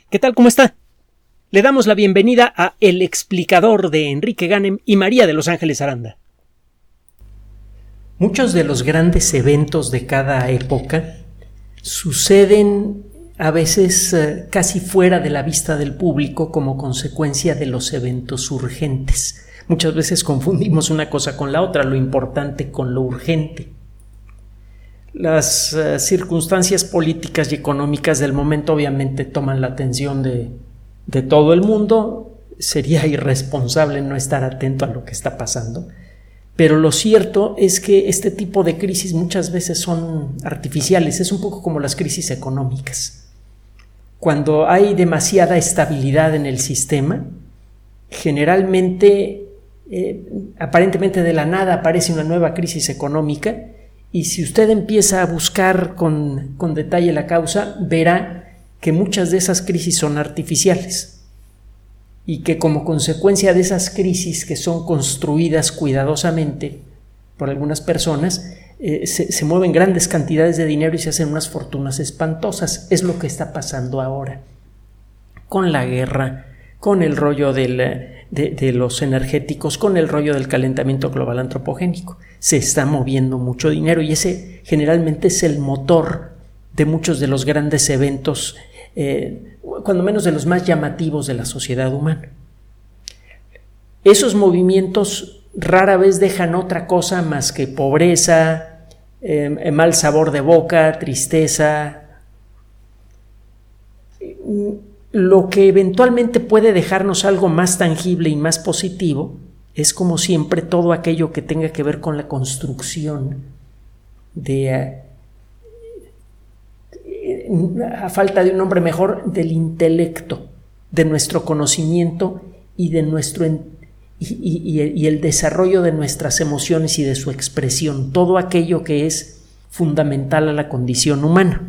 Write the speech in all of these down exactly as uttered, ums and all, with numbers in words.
¿Qué tal? ¿Cómo está? Le damos la bienvenida a El Explicador de Enrique Ganem y María de Los Ángeles Aranda. Muchos de los grandes eventos de cada época suceden a veces eh, casi fuera de la vista del público como consecuencia de los eventos urgentes. Muchas veces confundimos una cosa con la otra, lo importante con lo urgente. Las uh, circunstancias políticas y económicas del momento obviamente toman la atención de, de todo el mundo. Sería irresponsable no estar atento a lo que está pasando. Pero lo cierto es que este tipo de crisis muchas veces son artificiales. Es un poco como las crisis económicas. Cuando hay demasiada estabilidad en el sistema, generalmente, eh, aparentemente de la nada aparece una nueva crisis económica. Y si usted empieza a buscar con, con detalle la causa, verá que muchas de esas crisis son artificiales y que como consecuencia de esas crisis que son construidas cuidadosamente por algunas personas, eh, se, se mueven grandes cantidades de dinero y se hacen unas fortunas espantosas. Es lo que está pasando ahora con la guerra, con el rollo del, de, de los energéticos, con el rollo del calentamiento global antropogénico. Se está moviendo mucho dinero y ese generalmente es el motor de muchos de los grandes eventos, eh, cuando menos de los más llamativos de la sociedad humana. Esos movimientos rara vez dejan otra cosa más que pobreza, eh, mal sabor de boca, tristeza. Lo que eventualmente puede dejarnos algo más tangible y más positivo es, como siempre, todo aquello que tenga que ver con la construcción de, uh, a falta de un nombre mejor, del intelecto, de nuestro conocimiento y de nuestro y, y, y el desarrollo de nuestras emociones y de su expresión, todo aquello que es fundamental a la condición humana.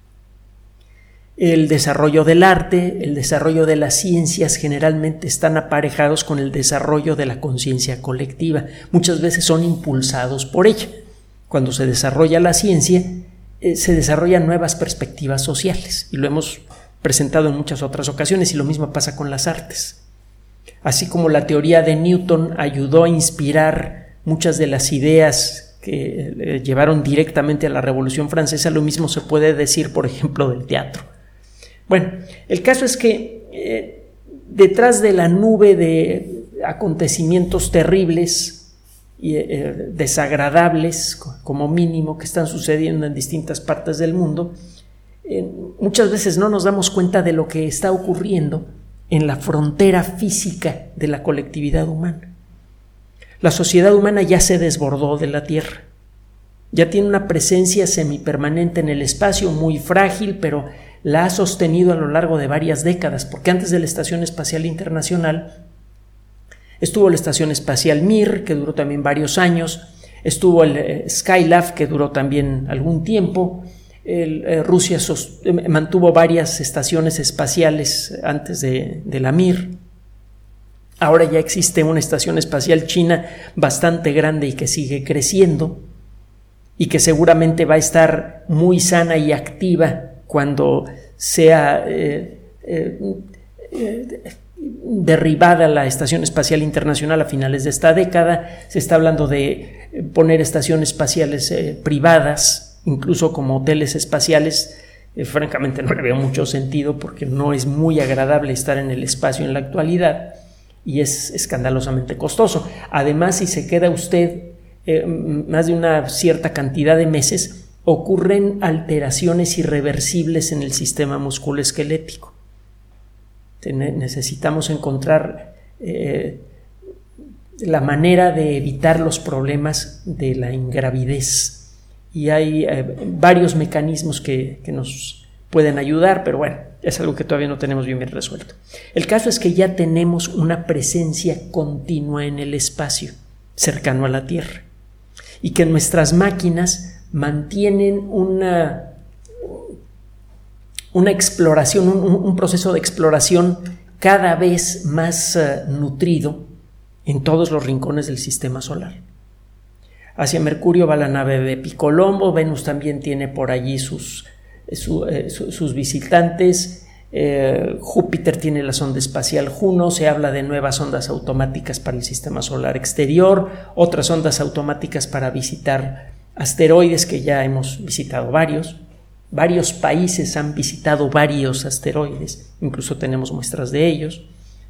El desarrollo del arte, el desarrollo de las ciencias generalmente están aparejados con el desarrollo de la conciencia colectiva. Muchas veces son impulsados por ella. Cuando se desarrolla la ciencia, eh, se desarrollan nuevas perspectivas sociales y lo hemos presentado en muchas otras ocasiones, y lo mismo pasa con las artes. Así como la teoría de Newton ayudó a inspirar muchas de las ideas que eh, llevaron directamente a la Revolución Francesa, lo mismo se puede decir, por ejemplo, del teatro. Bueno, el caso es que eh, detrás de la nube de acontecimientos terribles y eh, desagradables, como mínimo, que están sucediendo en distintas partes del mundo, eh, muchas veces no nos damos cuenta de lo que está ocurriendo en la frontera física de la colectividad humana. La sociedad humana ya se desbordó de la Tierra, ya tiene una presencia semipermanente en el espacio, muy frágil, pero la ha sostenido a lo largo de varias décadas, porque antes de la Estación Espacial Internacional estuvo la Estación Espacial Mir, que duró también varios años, estuvo el eh, Skylab, que duró también algún tiempo. El, eh, Rusia sos, eh, mantuvo varias estaciones espaciales antes de, de la Mir. Ahora ya existe una estación espacial china bastante grande y que sigue creciendo y que seguramente va a estar muy sana y activa cuando sea eh, eh, eh, derribada la Estación Espacial Internacional a finales de esta década. Se está hablando de poner estaciones espaciales eh, privadas, incluso como hoteles espaciales. Eh, francamente no le veo mucho sentido porque no es muy agradable estar en el espacio en la actualidad y es escandalosamente costoso. Además, si se queda usted eh, más de una cierta cantidad de meses, ocurren alteraciones irreversibles en el sistema musculoesquelético. Necesitamos encontrar eh, la manera de evitar los problemas de la ingravidez. Y hay eh, varios mecanismos que, que nos pueden ayudar, pero bueno, es algo que todavía no tenemos bien, bien resuelto. El caso es que ya tenemos una presencia continua en el espacio, cercano a la Tierra, y que nuestras máquinas mantienen una, una exploración, un, un proceso de exploración cada vez más uh, nutrido en todos los rincones del sistema solar. Hacia Mercurio va la nave de Picolombo, Venus también tiene por allí sus, su, eh, su, sus visitantes, Eh, Júpiter tiene la sonda espacial Juno, se habla de nuevas ondas automáticas para el sistema solar exterior, otras ondas automáticas para visitar asteroides, que ya hemos visitado varios. Varios países han visitado varios asteroides, incluso tenemos muestras de ellos.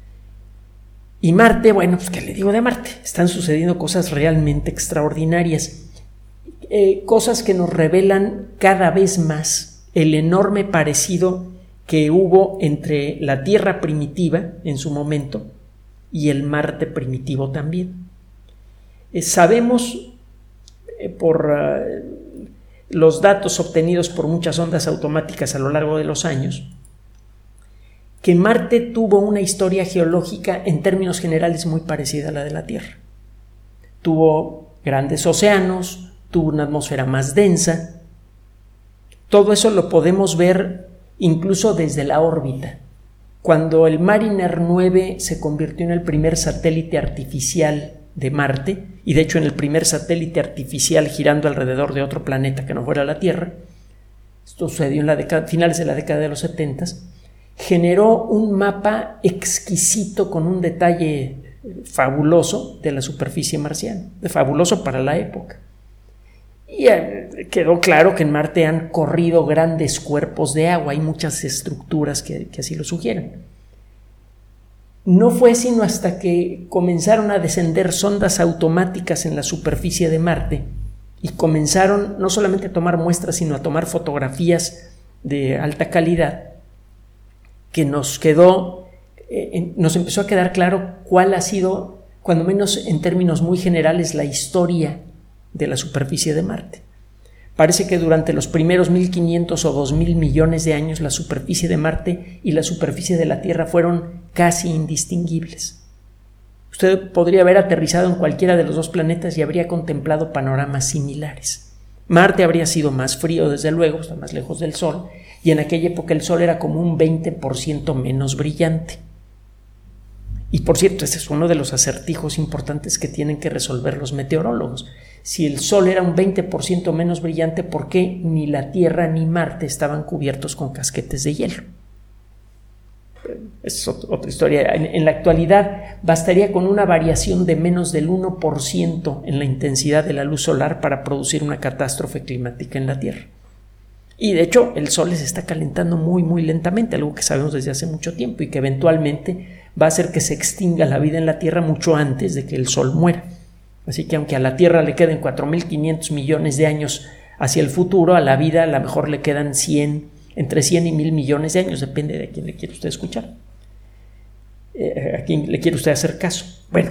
Y Marte, bueno, pues ¿qué le digo de Marte? Están sucediendo cosas realmente extraordinarias, eh, cosas que nos revelan cada vez más el enorme parecido que hubo entre la Tierra primitiva en su momento y el Marte primitivo también. Eh, sabemos eh, por uh, los datos obtenidos por muchas ondas automáticas a lo largo de los años que Marte tuvo una historia geológica en términos generales muy parecida a la de la Tierra. Tuvo grandes océanos, tuvo una atmósfera más densa. Todo eso lo podemos ver incluso desde la órbita. Cuando el Mariner nueve se convirtió en el primer satélite artificial de Marte, y de hecho en el primer satélite artificial girando alrededor de otro planeta que no fuera la Tierra, esto sucedió en la década, finales de la década de los setentas, generó un mapa exquisito con un detalle fabuloso de la superficie marciana, fabuloso para la época. Y quedó claro que en Marte han corrido grandes cuerpos de agua, hay muchas estructuras que, que así lo sugieren. No fue sino hasta que comenzaron a descender sondas automáticas en la superficie de Marte y comenzaron no solamente a tomar muestras, sino a tomar fotografías de alta calidad, que nos quedó, eh, nos empezó a quedar claro cuál ha sido, cuando menos en términos muy generales, la historia de la superficie de Marte. Parece que durante los primeros mil quinientos o dos mil millones de años la superficie de Marte y la superficie de la Tierra fueron casi indistinguibles. Usted podría haber aterrizado en cualquiera de los dos planetas y habría contemplado panoramas similares. Marte habría sido más frío, desde luego, está más lejos del Sol, y en aquella época el Sol era como un veinte por ciento menos brillante. Y por cierto, este es uno de los acertijos importantes que tienen que resolver los meteorólogos. Si el Sol era un veinte por ciento menos brillante, ¿por qué ni la Tierra ni Marte estaban cubiertos con casquetes de hielo? Es otra historia. En, en la actualidad bastaría con una variación de menos del uno por ciento en la intensidad de la luz solar para producir una catástrofe climática en la Tierra. Y de hecho el Sol se está calentando muy muy lentamente, algo que sabemos desde hace mucho tiempo y que eventualmente va a hacer que se extinga la vida en la Tierra mucho antes de que el Sol muera. Así que aunque a la Tierra le queden cuatro mil quinientos millones de años hacia el futuro, a la vida a lo mejor le quedan cien, entre cien y mil millones de años, depende de a quién le quiere usted escuchar, eh, a quién le quiere usted hacer caso. Bueno,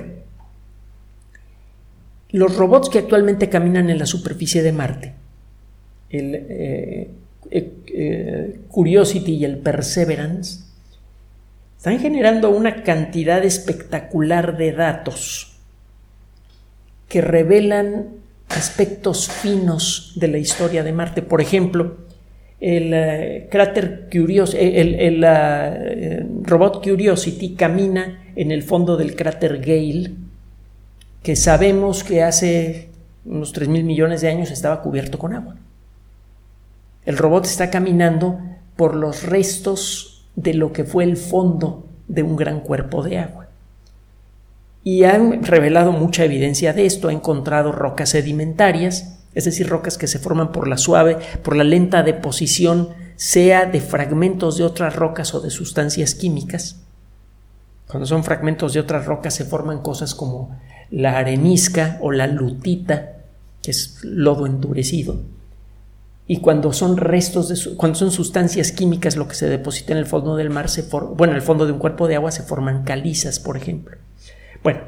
los robots que actualmente caminan en la superficie de Marte, el eh, eh, eh, Curiosity y el Perseverance, están generando una cantidad espectacular de datos que revelan aspectos finos de la historia de Marte. Por ejemplo, el uh, cráter Curiosity, el, el uh, robot Curiosity camina en el fondo del cráter Gale, que sabemos que hace unos tres mil millones de años estaba cubierto con agua. El robot está caminando por los restos de lo que fue el fondo de un gran cuerpo de agua. Y han revelado mucha evidencia de esto. Ha encontrado rocas sedimentarias, es decir, rocas que se forman por la suave, por la lenta deposición, sea de fragmentos de otras rocas o de sustancias químicas. Cuando son fragmentos de otras rocas se forman cosas como la arenisca o la lutita, que es lodo endurecido. Y cuando son restos de, cuando son sustancias químicas, lo que se deposita en el fondo del mar, se for, bueno, en el fondo de un cuerpo de agua se forman calizas, por ejemplo. Bueno,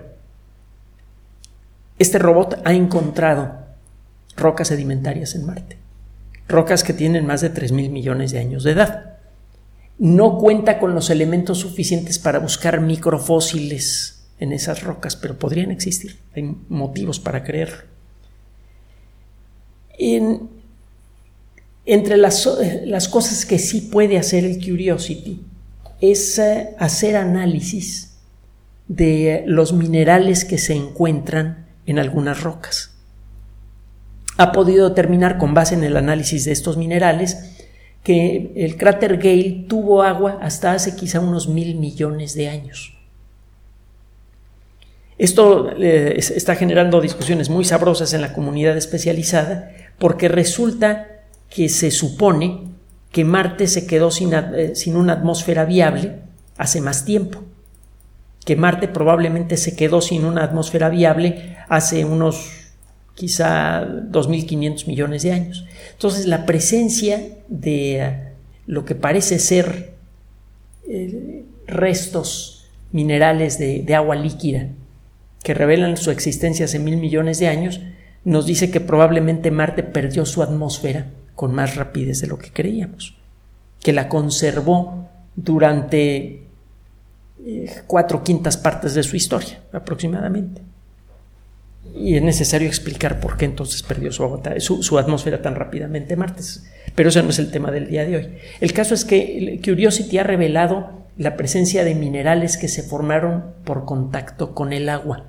este robot ha encontrado rocas sedimentarias en Marte, rocas que tienen más de tres mil millones de años de edad. No cuenta con los elementos suficientes para buscar microfósiles en esas rocas, pero podrían existir, hay motivos para creerlo. En, entre las, las cosas que sí puede hacer el Curiosity es uh, hacer análisis de los minerales que se encuentran en algunas rocas. Ha podido determinar, con base en el análisis de estos minerales, que el cráter Gale tuvo agua hasta hace quizá unos mil millones de años. Esto eh, está generando discusiones muy sabrosas en la comunidad especializada, porque resulta que se supone que Marte se quedó sin, eh, sin una atmósfera viable hace más tiempo, que Marte probablemente se quedó sin una atmósfera viable hace unos quizá dos mil quinientos millones de años. Entonces, la presencia de uh, lo que parece ser eh, restos minerales de, de agua líquida que revelan su existencia hace mil millones de años, nos dice que probablemente Marte perdió su atmósfera con más rapidez de lo que creíamos, que la conservó durante eh, cuatro quintas partes de su historia, aproximadamente. Y es necesario explicar por qué entonces perdió su, su, su atmósfera tan rápidamente Marte. Pero ese no es el tema del día de hoy. El caso es que Curiosity ha revelado la presencia de minerales que se formaron por contacto con el agua.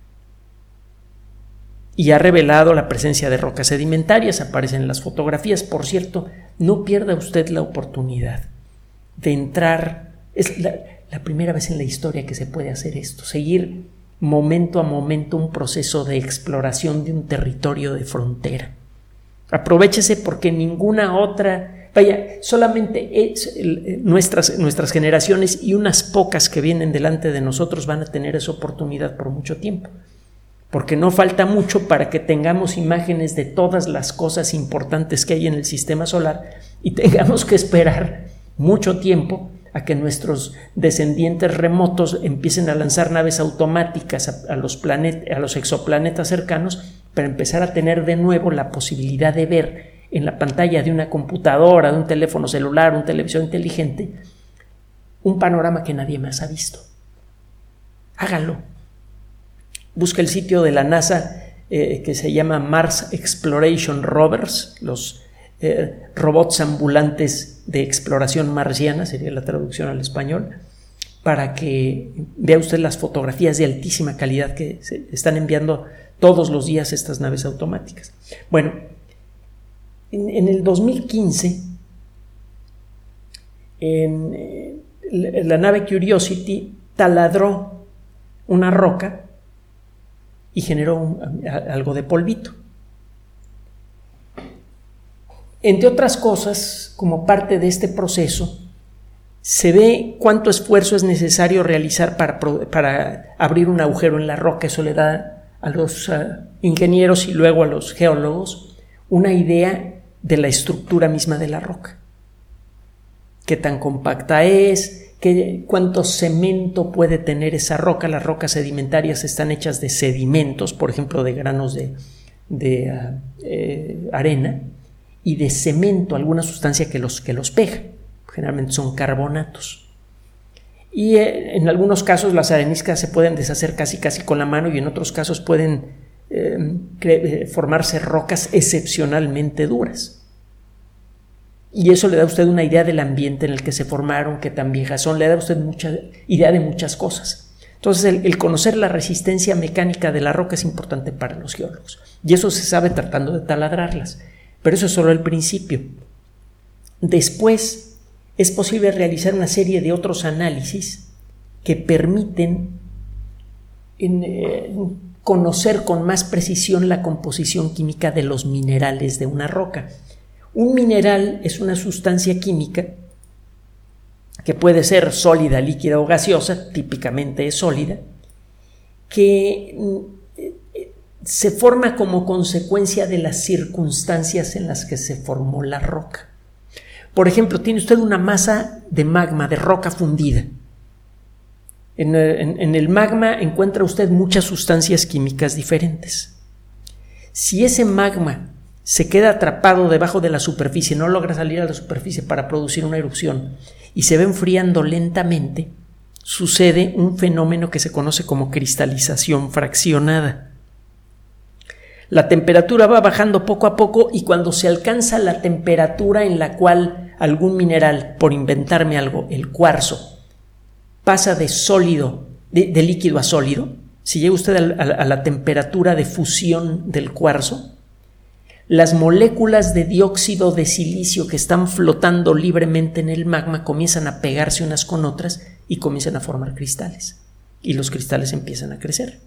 Y ha revelado la presencia de rocas sedimentarias, aparecen en las fotografías. Por cierto, no pierda usted la oportunidad de entrar. Es la, la primera vez en la historia que se puede hacer esto, seguir momento a momento un proceso de exploración de un territorio de frontera. Aprovéchese porque ninguna otra, vaya, solamente es, nuestras, nuestras generaciones y unas pocas que vienen delante de nosotros van a tener esa oportunidad por mucho tiempo, porque no falta mucho para que tengamos imágenes de todas las cosas importantes que hay en el sistema solar y tengamos que esperar mucho tiempo a que nuestros descendientes remotos empiecen a lanzar naves automáticas a, a, los planet, a los exoplanetas cercanos para empezar a tener de nuevo la posibilidad de ver en la pantalla de una computadora, de un teléfono celular, una televisión inteligente, un panorama que nadie más ha visto. Hágalo. Busca el sitio de la NASA eh, que se llama Mars Exploration Rovers, los eh, robots ambulantes de exploración marciana, sería la traducción al español, para que vea usted las fotografías de altísima calidad que se están enviando todos los días estas naves automáticas. Bueno, en, en el dos mil quince, en, eh, la, la nave Curiosity taladró una roca y generó un, a, algo de polvito. Entre otras cosas, como parte de este proceso, se ve cuánto esfuerzo es necesario realizar para, para abrir un agujero en la roca. Eso le da a los uh, ingenieros y luego a los geólogos una idea de la estructura misma de la roca. Qué tan compacta es, qué, cuánto cemento puede tener esa roca. Las rocas sedimentarias están hechas de sedimentos, por ejemplo, de granos de, de uh, eh, arena, y de cemento, alguna sustancia que los, que los pega. Generalmente son carbonatos. Y eh, en algunos casos las areniscas se pueden deshacer casi casi con la mano y en otros casos pueden eh, cre- formarse rocas excepcionalmente duras. Y eso le da a usted una idea del ambiente en el que se formaron, qué tan viejas son, le da a usted mucha idea de muchas cosas. Entonces el, el conocer la resistencia mecánica de la roca es importante para los geólogos. Y eso se sabe tratando de taladrarlas. Pero eso es solo el principio. Después es posible realizar una serie de otros análisis que permiten en, eh, conocer con más precisión la composición química de los minerales de una roca. Un mineral es una sustancia química que puede ser sólida, líquida o gaseosa, típicamente es sólida, que se forma como consecuencia de las circunstancias en las que se formó la roca. Por ejemplo, tiene usted una masa de magma, de roca fundida. En, en, en el magma encuentra usted muchas sustancias químicas diferentes. Si ese magma se queda atrapado debajo de la superficie, no logra salir a la superficie para producir una erupción y se va enfriando lentamente, sucede un fenómeno que se conoce como cristalización fraccionada. La temperatura va bajando poco a poco y cuando se alcanza la temperatura en la cual algún mineral, por inventarme algo, el cuarzo, pasa de sólido, de, de líquido a sólido, si llega usted a, a, a la temperatura de fusión del cuarzo, las moléculas de dióxido de silicio que están flotando libremente en el magma comienzan a pegarse unas con otras y comienzan a formar cristales. Y los cristales empiezan a crecer.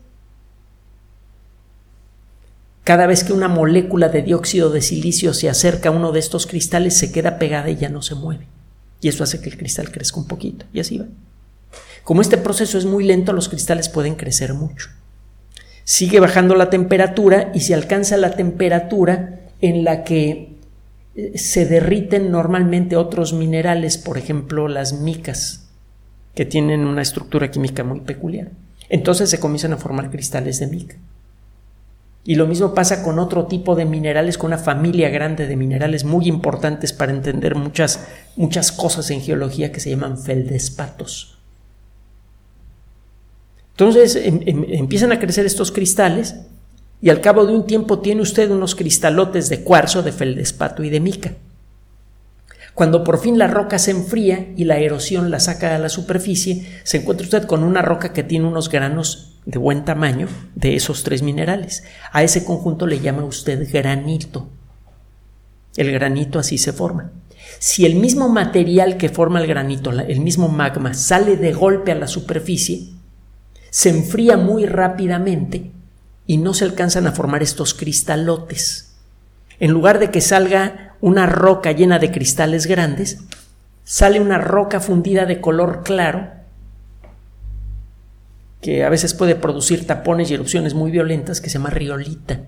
Cada vez que una molécula de dióxido de silicio se acerca a uno de estos cristales, se queda pegada y ya no se mueve. Y eso hace que el cristal crezca un poquito. Y así va. Como este proceso es muy lento, los cristales pueden crecer mucho. Sigue bajando la temperatura y se alcanza la temperatura en la que se derriten normalmente otros minerales, por ejemplo las micas, que tienen una estructura química muy peculiar. Entonces se comienzan a formar cristales de mica. Y lo mismo pasa con otro tipo de minerales, con una familia grande de minerales muy importantes para entender muchas, muchas cosas en geología que se llaman feldespatos. Entonces em, em, empiezan a crecer estos cristales y al cabo de un tiempo tiene usted unos cristalotes de cuarzo, de feldespato y de mica. Cuando por fin la roca se enfría y la erosión la saca a la superficie, se encuentra usted con una roca que tiene unos granos de buen tamaño de esos tres minerales. A ese conjunto le llama usted granito. El granito así se forma. Si el mismo material que forma el granito, el mismo magma, sale de golpe a la superficie, se enfría muy rápidamente y no se alcanzan a formar estos cristalotes. En lugar de que salga una roca llena de cristales grandes, sale una roca fundida de color claro que a veces puede producir tapones y erupciones muy violentas, que se llama riolita.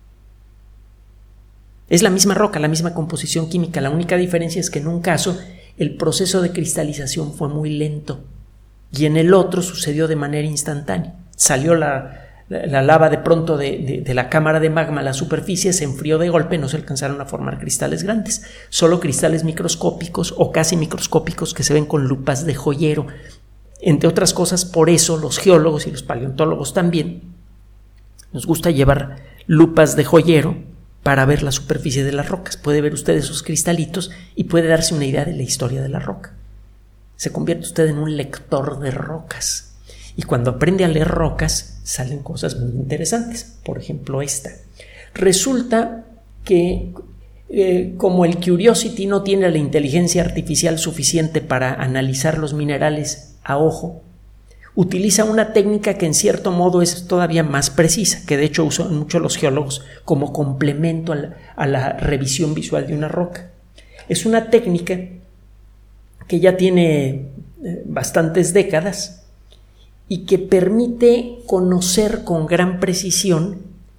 Es la misma roca, la misma composición química. La única diferencia es que en un caso el proceso de cristalización fue muy lento y en el otro sucedió de manera instantánea. Salió la, la, la lava de pronto de, de, de la cámara de magma a la superficie, se enfrió de golpe, no se alcanzaron a formar cristales grandes, solo cristales microscópicos o casi microscópicos que se ven con lupas de joyero. Entre otras cosas, por eso los geólogos y los paleontólogos también nos gusta llevar lupas de joyero para ver la superficie de las rocas. Puede ver usted esos cristalitos y puede darse una idea de la historia de la roca. Se convierte usted en un lector de rocas. Y cuando aprende a leer rocas, salen cosas muy interesantes. Por ejemplo, esta. Resulta que eh, como el Curiosity no tiene la inteligencia artificial suficiente para analizar los minerales a ojo, utiliza una técnica que en cierto modo es todavía más precisa, que de hecho usan mucho los geólogos como complemento a la, a la revisión visual de una roca. Es una técnica que ya tiene eh, bastantes décadas y que permite conocer con gran precisión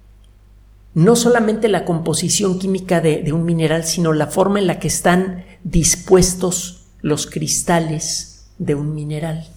no solamente la composición química de, de un mineral, sino la forma en la que están dispuestos los cristales de un mineral.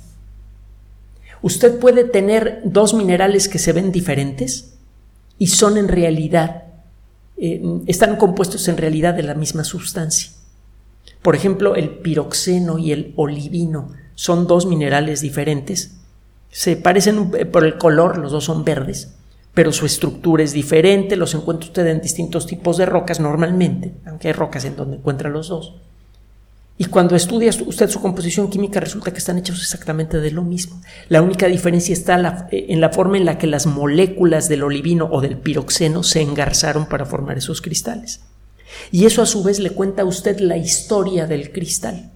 Usted puede tener dos minerales que se ven diferentes y son en realidad, eh, están compuestos en realidad de la misma sustancia. Por ejemplo, el piroxeno y el olivino son dos minerales diferentes. Se parecen por el color, los dos son verdes, pero su estructura es diferente. Los encuentra usted en distintos tipos de rocas normalmente, aunque hay rocas en donde encuentra los dos. Y cuando estudia usted su composición química, resulta que están hechos exactamente de lo mismo. La única diferencia está en la forma en la que las moléculas del olivino o del piroxeno se engarzaron para formar esos cristales. Y eso a su vez le cuenta a usted la historia del cristal.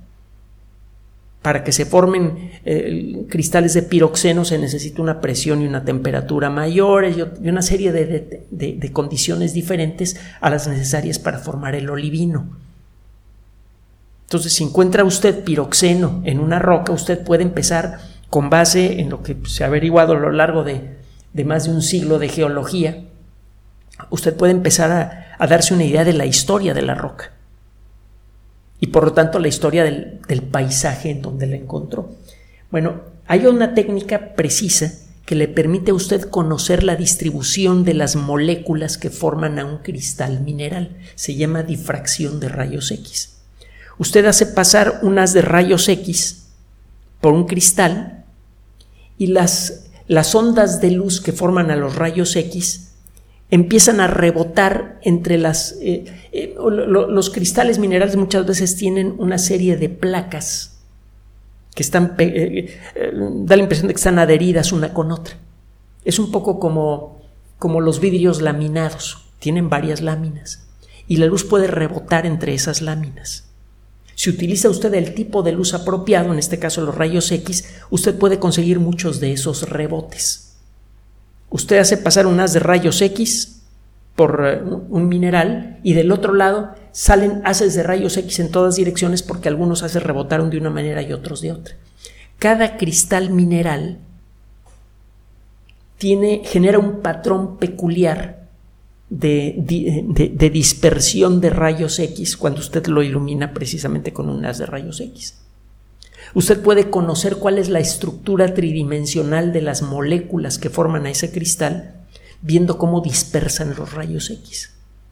Para que se formen eh, cristales de piroxeno se necesita una presión y una temperatura mayores y una serie de, de, de, de condiciones diferentes a las necesarias para formar el olivino. Entonces, si encuentra usted piroxeno en una roca, usted puede empezar con base en lo que se ha averiguado a lo largo de, de más de un siglo de geología. Usted puede empezar a, a darse una idea de la historia de la roca y por lo tanto la historia del, del paisaje en donde la encontró. Bueno, hay una técnica precisa que le permite a usted conocer la distribución de las moléculas que forman a un cristal mineral. Se llama difracción de rayos X. Usted hace pasar unas de rayos X por un cristal y las, las ondas de luz que forman a los rayos X empiezan a rebotar entre las... Eh, eh, lo, los cristales minerales muchas veces tienen una serie de placas que están... Eh, eh, da la impresión de que están adheridas una con otra. Es un poco como, como los vidrios laminados, tienen varias láminas. y la luz puede rebotar entre esas láminas. Si utiliza usted el tipo de luz apropiado, en este caso los rayos X, usted puede conseguir muchos de esos rebotes. Usted hace pasar un haz de rayos X por un mineral y del otro lado salen haces de rayos X en todas direcciones porque algunos haces rebotaron de una manera y otros de otra. Cada cristal mineral tiene, genera un patrón peculiar de, de, de dispersión de rayos X cuando usted lo ilumina precisamente con un haz de rayos X. Usted puede conocer cuál es la estructura tridimensional de las moléculas que forman a ese cristal viendo cómo dispersan los rayos X.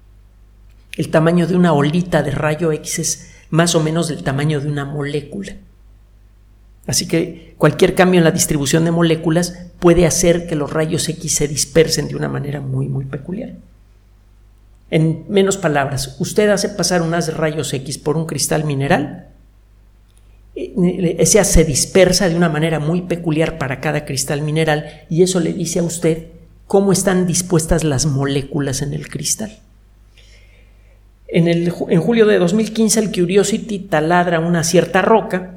El tamaño de una olita de rayo X es más o menos del tamaño de una molécula. Así que cualquier cambio en la distribución de moléculas puede hacer que los rayos X se dispersen de una manera muy, muy peculiar. En menos palabras, usted hace pasar un haz de rayos X por un cristal mineral, ese haz se dispersa de una manera muy peculiar para cada cristal mineral y eso le dice a usted cómo están dispuestas las moléculas en el cristal. En, el, en julio de dos mil quince el Curiosity taladra una cierta roca,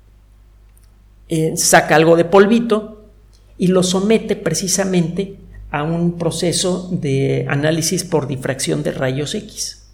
eh, saca algo de polvito y lo somete precisamente a un proceso de análisis por difracción de rayos X.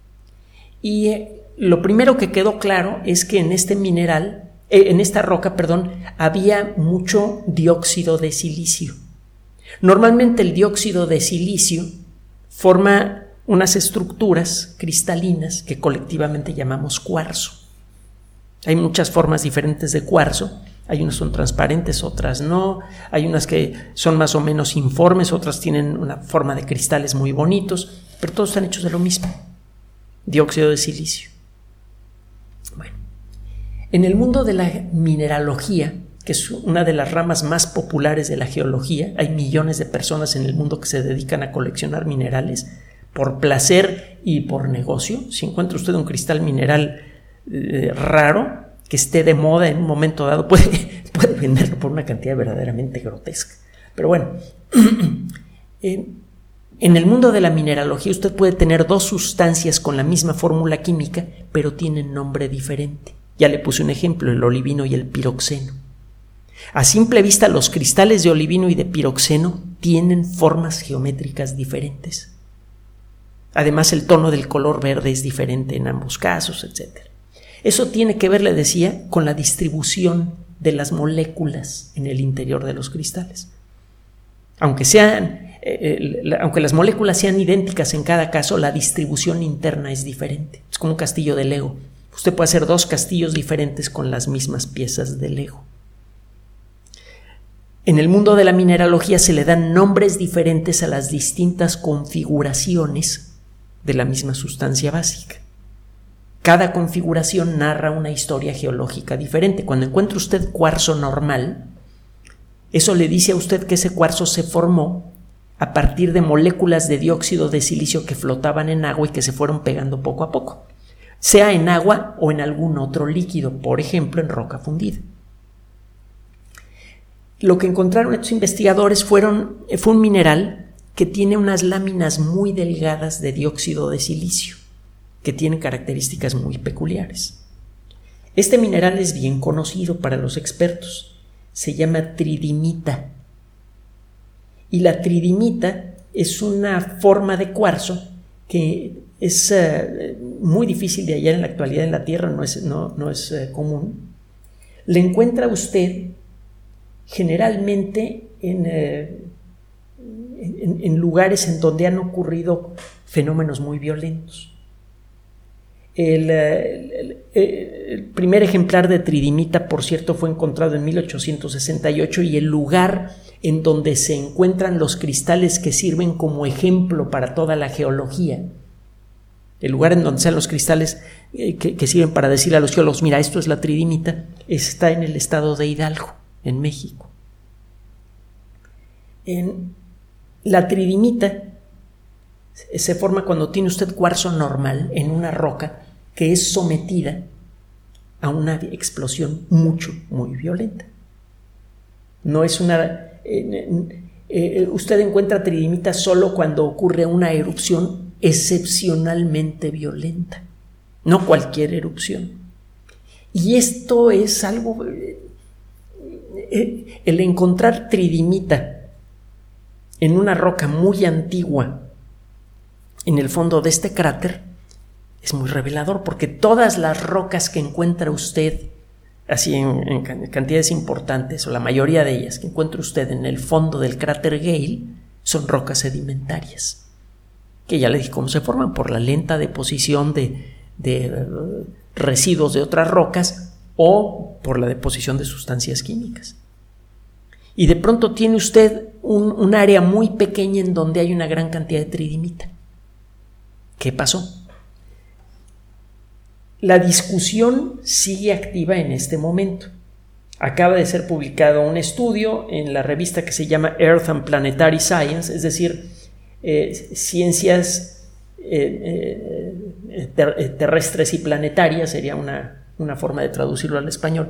Y eh, lo primero que quedó claro es que en este mineral, eh, en esta roca, perdón, había mucho dióxido de silicio. Normalmente el dióxido de silicio forma unas estructuras cristalinas que colectivamente llamamos cuarzo. Hay muchas formas diferentes de cuarzo. Hay unas son transparentes, otras no. Hay unas que son más o menos informes, otras tienen una forma de cristales muy bonitos, pero todos están hechos de lo mismo, dióxido de silicio. Bueno, en el mundo de la mineralogía, que es una de las ramas más populares de la geología, hay millones de personas en el mundo que se dedican a coleccionar minerales por placer y por negocio. Si encuentra usted un cristal mineral eh, raro, que esté de moda en un momento dado, puede, puede venderlo por una cantidad verdaderamente grotesca. Pero bueno, eh, en el mundo de la mineralogía usted puede tener dos sustancias con la misma fórmula química, pero tienen nombre diferente. Ya le puse un ejemplo, el olivino y el piroxeno. A simple vista, los cristales de olivino y de piroxeno tienen formas geométricas diferentes. Además, el tono del color verde es diferente en ambos casos, etcétera. Eso tiene que ver, le decía, con la distribución de las moléculas en el interior de los cristales. Aunque sean, eh, eh, aunque las moléculas sean idénticas en cada caso, la distribución interna es diferente. Es como un castillo de Lego. Usted puede hacer dos castillos diferentes con las mismas piezas de Lego. En el mundo de la mineralogía se le dan nombres diferentes a las distintas configuraciones de la misma sustancia básica. Cada configuración narra una historia geológica diferente. Cuando encuentra usted cuarzo normal, eso le dice a usted que ese cuarzo se formó a partir de moléculas de dióxido de silicio que flotaban en agua y que se fueron pegando poco a poco, sea en agua o en algún otro líquido, por ejemplo en roca fundida. Lo que encontraron estos investigadores fueron, fue un mineral que tiene unas láminas muy delgadas de dióxido de silicio, que tienen características muy peculiares. Este mineral es bien conocido para los expertos. Se llama tridimita. Y la tridimita es una forma de cuarzo que es uh, muy difícil de hallar en la actualidad en la Tierra, no es, no, no es uh, común. Le encuentra usted generalmente en, uh, en, en lugares en donde han ocurrido fenómenos muy violentos. El, el, el primer ejemplar de tridimita, por cierto, fue encontrado en mil ochocientos sesenta y ocho y el lugar en donde se encuentran los cristales que sirven como ejemplo para toda la geología, el lugar en donde están los cristales eh, que, que sirven para decirle a los geólogos, mira, esto es la tridimita, está en el estado de Hidalgo, en México. En la tridimita se forma cuando tiene usted cuarzo normal en una roca que es sometida a una explosión mucho, muy violenta. No es una... Eh, eh, usted encuentra tridimita solo cuando ocurre una erupción excepcionalmente violenta, no cualquier erupción. Y esto es algo, eh, el encontrar tridimita en una roca muy antigua en el fondo de este cráter es muy revelador, porque todas las rocas que encuentra usted así en, en cantidades importantes, o la mayoría de ellas que encuentra usted en el fondo del cráter Gale, son rocas sedimentarias, que ya le dije cómo se forman, por la lenta deposición de, de uh, residuos de otras rocas o por la deposición de sustancias químicas. Y de pronto tiene usted un, un área muy pequeña en donde hay una gran cantidad de tridimita. ¿Qué pasó? La discusión sigue activa en este momento. Acaba de ser publicado un estudio en la revista que se llama Earth and Planetary Science, es decir, eh, ciencias eh, eh, ter- terrestres y planetarias, sería una, una forma de traducirlo al español.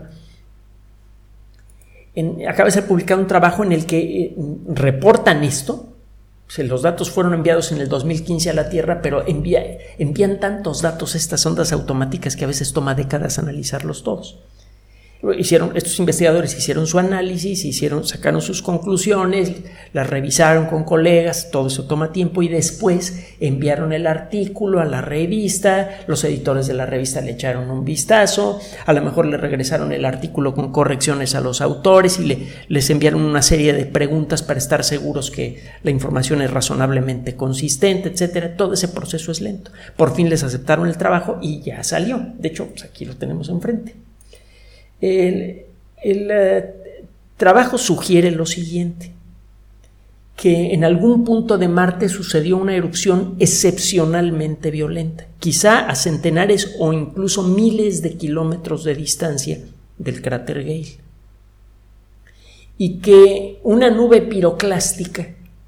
En, acaba de ser publicado un trabajo en el que eh, reportan esto. O sea, los datos fueron enviados en el dos mil quince a la Tierra, pero envía, envían tantos datos estas ondas automáticas que a veces toma décadas analizarlos todos. Hicieron, estos investigadores hicieron su análisis, hicieron, sacaron sus conclusiones, las revisaron con colegas, todo eso toma tiempo, y después enviaron el artículo a la revista, los editores de la revista le echaron un vistazo, a lo mejor le regresaron el artículo con correcciones a los autores y le, les enviaron una serie de preguntas para estar seguros que la información es razonablemente consistente, etcétera. Todo ese proceso es lento. Por fin les aceptaron el trabajo y ya salió. De hecho, pues aquí lo tenemos enfrente. El, el uh, trabajo sugiere lo siguiente, que en algún punto de Marte sucedió una erupción excepcionalmente violenta, quizá a centenares o incluso miles de kilómetros de distancia del cráter Gale, y que una nube piroclástica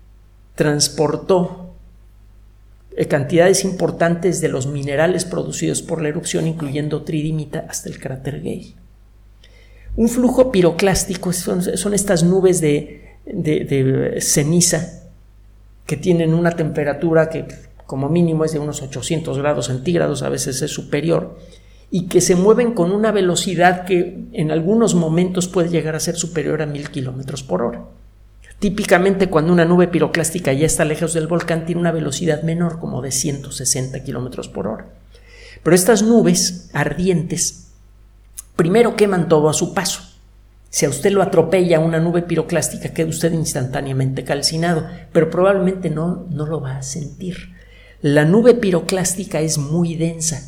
transportó cantidades importantes de los minerales producidos por la erupción, incluyendo tridimita, hasta el cráter Gale. Un flujo piroclástico son, son estas nubes de, de, de ceniza que tienen una temperatura que como mínimo es de unos ochocientos grados centígrados, a veces es superior, y que se mueven con una velocidad que en algunos momentos puede llegar a ser superior a mil kilómetros por hora. Típicamente, cuando una nube piroclástica ya está lejos del volcán, tiene una velocidad menor, como de ciento sesenta kilómetros por hora. Pero estas nubes ardientes primero queman todo a su paso. Si a usted lo atropella una nube piroclástica, queda usted instantáneamente calcinado, pero probablemente no, no lo va a sentir. La nube piroclástica es muy densa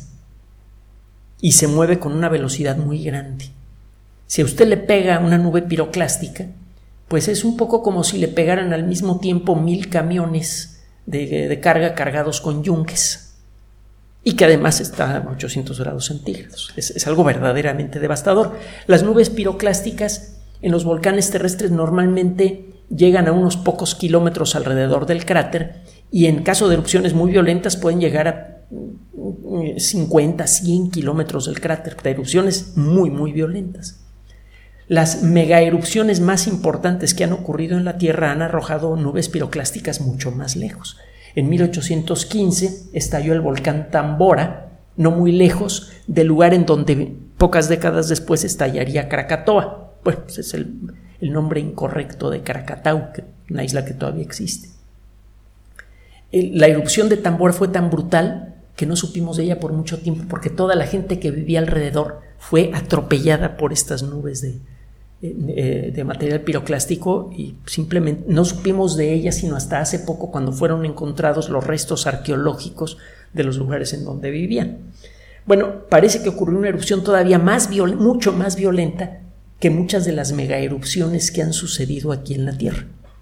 y se mueve con una velocidad muy grande. Si a usted le pega una nube piroclástica, pues es un poco como si le pegaran al mismo tiempo mil camiones de, de carga cargados con yunques, y que además está a ochocientos grados centígrados. Es, es algo verdaderamente devastador. Las nubes piroclásticas en los volcanes terrestres normalmente llegan a unos pocos kilómetros alrededor del cráter, y en caso de erupciones muy violentas pueden llegar a cincuenta, cien kilómetros del cráter, de erupciones muy, muy violentas. Las megaerupciones más importantes que han ocurrido en la Tierra han arrojado nubes piroclásticas mucho más lejos. En mil ochocientos quince estalló el volcán Tambora, no muy lejos del lugar en donde pocas décadas después estallaría Krakatoa. Bueno, pues es el, el nombre incorrecto de Krakatau, una isla que todavía existe. El, la erupción de Tambora fue tan brutal que no supimos de ella por mucho tiempo, porque toda la gente que vivía alrededor fue atropellada por estas nubes de, de, de material piroclástico, y simplemente no supimos de ella sino hasta hace poco, cuando fueron encontrados los restos arqueológicos de los lugares en donde vivían. Bueno, parece que ocurrió una erupción todavía más viol- mucho más violenta que muchas de las megaerupciones que han sucedido aquí en la Tierra,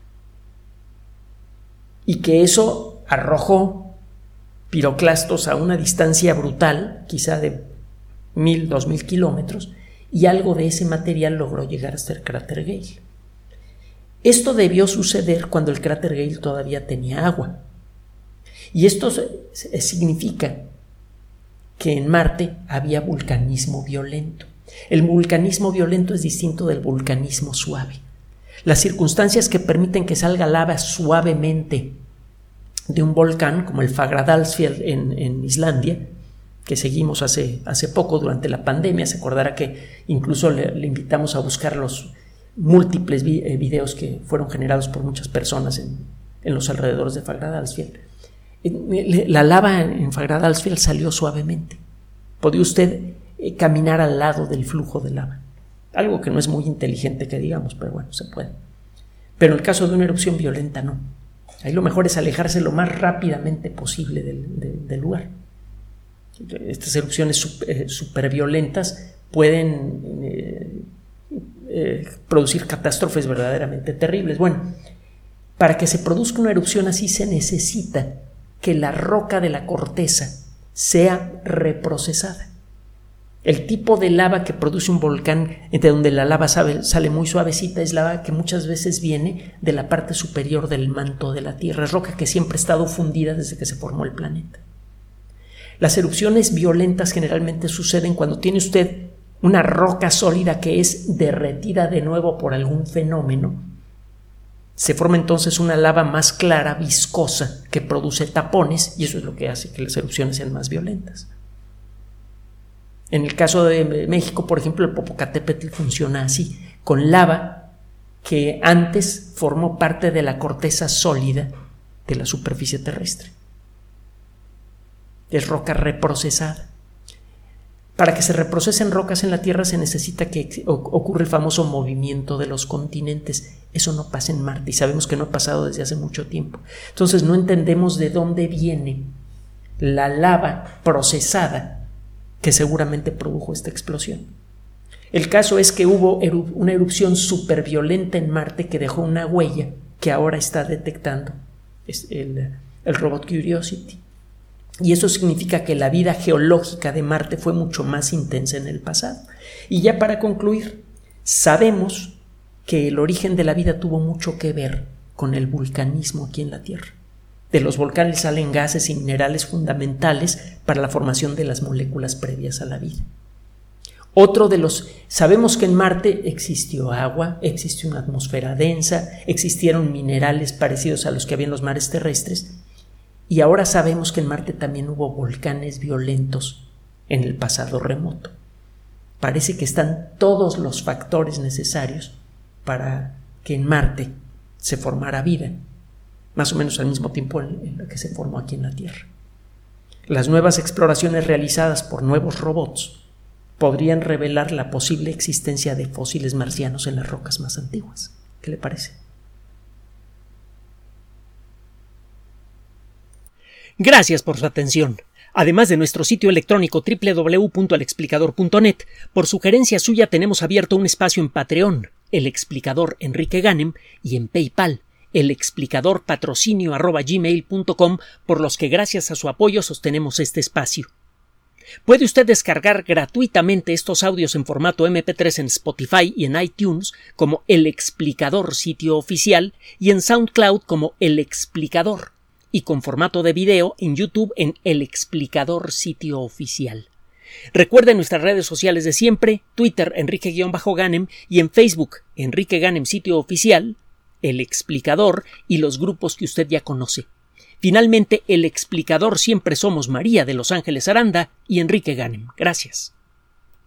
y que eso arrojó piroclastos a una distancia brutal, quizá de mil, dos mil kilómetros, y algo de ese material logró llegar hasta el cráter Gale. Esto debió suceder cuando el cráter Gale todavía tenía agua. Y esto significa que en Marte había vulcanismo violento. El vulcanismo violento es distinto del vulcanismo suave. Las circunstancias que permiten que salga lava suavemente de un volcán como el Fagradalsfjall en, en Islandia, que seguimos hace, hace poco durante la pandemia. Se acordará que incluso le, le invitamos a buscar los múltiples vi, eh, videos que fueron generados por muchas personas en, en los alrededores de Fagradalsfjall. La lava en Fagradalsfjall salió suavemente. Podía usted eh, caminar al lado del flujo de lava. Algo que no es muy inteligente que digamos, pero bueno, se puede. Pero en el caso de una erupción violenta, no. Ahí lo mejor es alejarse lo más rápidamente posible del, de, del lugar. Estas erupciones super, super violentas pueden eh, eh, producir catástrofes verdaderamente terribles. Bueno, para que se produzca una erupción así se necesita que la roca de la corteza sea reprocesada. El tipo de lava que produce un volcán, entre donde la lava sale, sale muy suavecita, es lava que muchas veces viene de la parte superior del manto de la Tierra. Es roca que siempre ha estado fundida desde que se formó el planeta. Las erupciones violentas generalmente suceden cuando tiene usted una roca sólida que es derretida de nuevo por algún fenómeno. Se forma entonces una lava más clara, viscosa, que produce tapones, y eso es lo que hace que las erupciones sean más violentas. En el caso de México, por ejemplo, el Popocatépetl funciona así, con lava que antes formó parte de la corteza sólida de la superficie terrestre. Es roca reprocesada. Para que se reprocesen rocas en la Tierra se necesita que ocurra el famoso movimiento de los continentes. Eso no pasa en Marte y sabemos que no ha pasado desde hace mucho tiempo. Entonces no entendemos de dónde viene la lava procesada que seguramente produjo esta explosión. El caso es que hubo eru- una erupción superviolenta en Marte que dejó una huella que ahora está detectando el, el robot Curiosity. Y eso significa que la vida geológica de Marte fue mucho más intensa en el pasado. Y ya para concluir, sabemos que el origen de la vida tuvo mucho que ver con el vulcanismo aquí en la Tierra. De los volcanes salen gases y minerales fundamentales para la formación de las moléculas previas a la vida. Otro de los... Sabemos que en Marte existió agua, existió una atmósfera densa, existieron minerales parecidos a los que había en los mares terrestres, y ahora sabemos que en Marte también hubo volcanes violentos en el pasado remoto. Parece que están todos los factores necesarios para que en Marte se formara vida, más o menos al mismo tiempo en la que se formó aquí en la Tierra. Las nuevas exploraciones realizadas por nuevos robots podrían revelar la posible existencia de fósiles marcianos en las rocas más antiguas. ¿Qué le parece? Gracias por su atención. Además de nuestro sitio electrónico doble u doble u doble u punto el explicador punto net, por sugerencia suya tenemos abierto un espacio en Patreon, El Explicador Enrique Ganem, y en PayPal, el explicador patrocinio arroba gmail punto com, por los que gracias a su apoyo sostenemos este espacio. Puede usted descargar gratuitamente estos audios en formato eme pe tres en Spotify y en iTunes como El Explicador Sitio Oficial y en SoundCloud como El Explicador, y con formato de video en YouTube en El Explicador Sitio Oficial. Recuerde nuestras redes sociales de siempre, Twitter Enrique-Ganem y en Facebook Enrique Ganem Sitio Oficial, El Explicador y los grupos que usted ya conoce. Finalmente, El Explicador siempre somos María de Los Ángeles Aranda y Enrique Ganem. Gracias.